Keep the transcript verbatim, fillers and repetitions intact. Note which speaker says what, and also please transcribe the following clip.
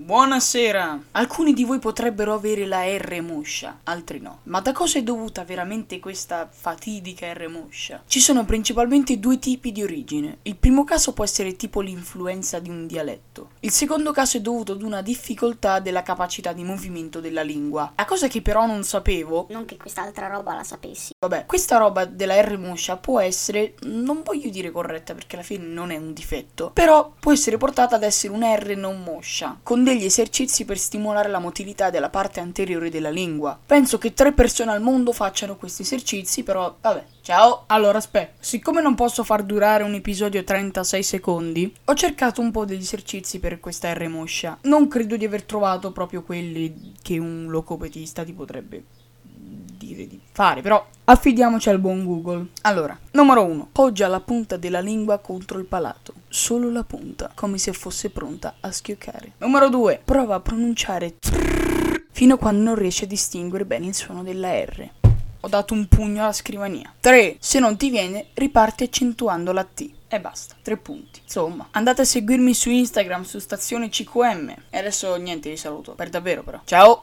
Speaker 1: Buonasera! Alcuni di voi potrebbero avere la R moscia, altri no. Ma da cosa è dovuta veramente questa fatidica R moscia? Ci sono principalmente due tipi di origine. Il primo caso può essere tipo l'influenza di un dialetto. Il secondo caso è dovuto ad una difficoltà della capacità di movimento della lingua. La cosa che però non sapevo...
Speaker 2: Non che quest'altra roba la sapessi.
Speaker 1: Vabbè, questa roba della R moscia può essere, non voglio dire corretta perché alla fine non è un difetto, però può essere portata ad essere una R non moscia, con degli esercizi per stimolare la motilità della parte anteriore della lingua. Penso che tre persone al mondo facciano questi esercizi, però vabbè, ciao! Allora aspetta, siccome non posso far durare un episodio trentasei secondi, ho cercato un po' degli esercizi per questa R moscia. Non credo di aver trovato proprio quelli che un logopedista ti potrebbe dire di fare, però affidiamoci al buon Google. Allora, numero uno. Poggia la punta della lingua contro il palato. Solo la punta, come se fosse pronta a schioccare. Numero due. Prova a pronunciare trrr fino a quando non riesci a distinguere bene il suono della R. Ho dato un pugno alla scrivania. tre. Se non ti viene, riparti accentuando la T. E basta, tre punti. Insomma, andate a seguirmi su Instagram, su Stazione C Q M. E adesso niente, vi saluto. Per davvero però. Ciao!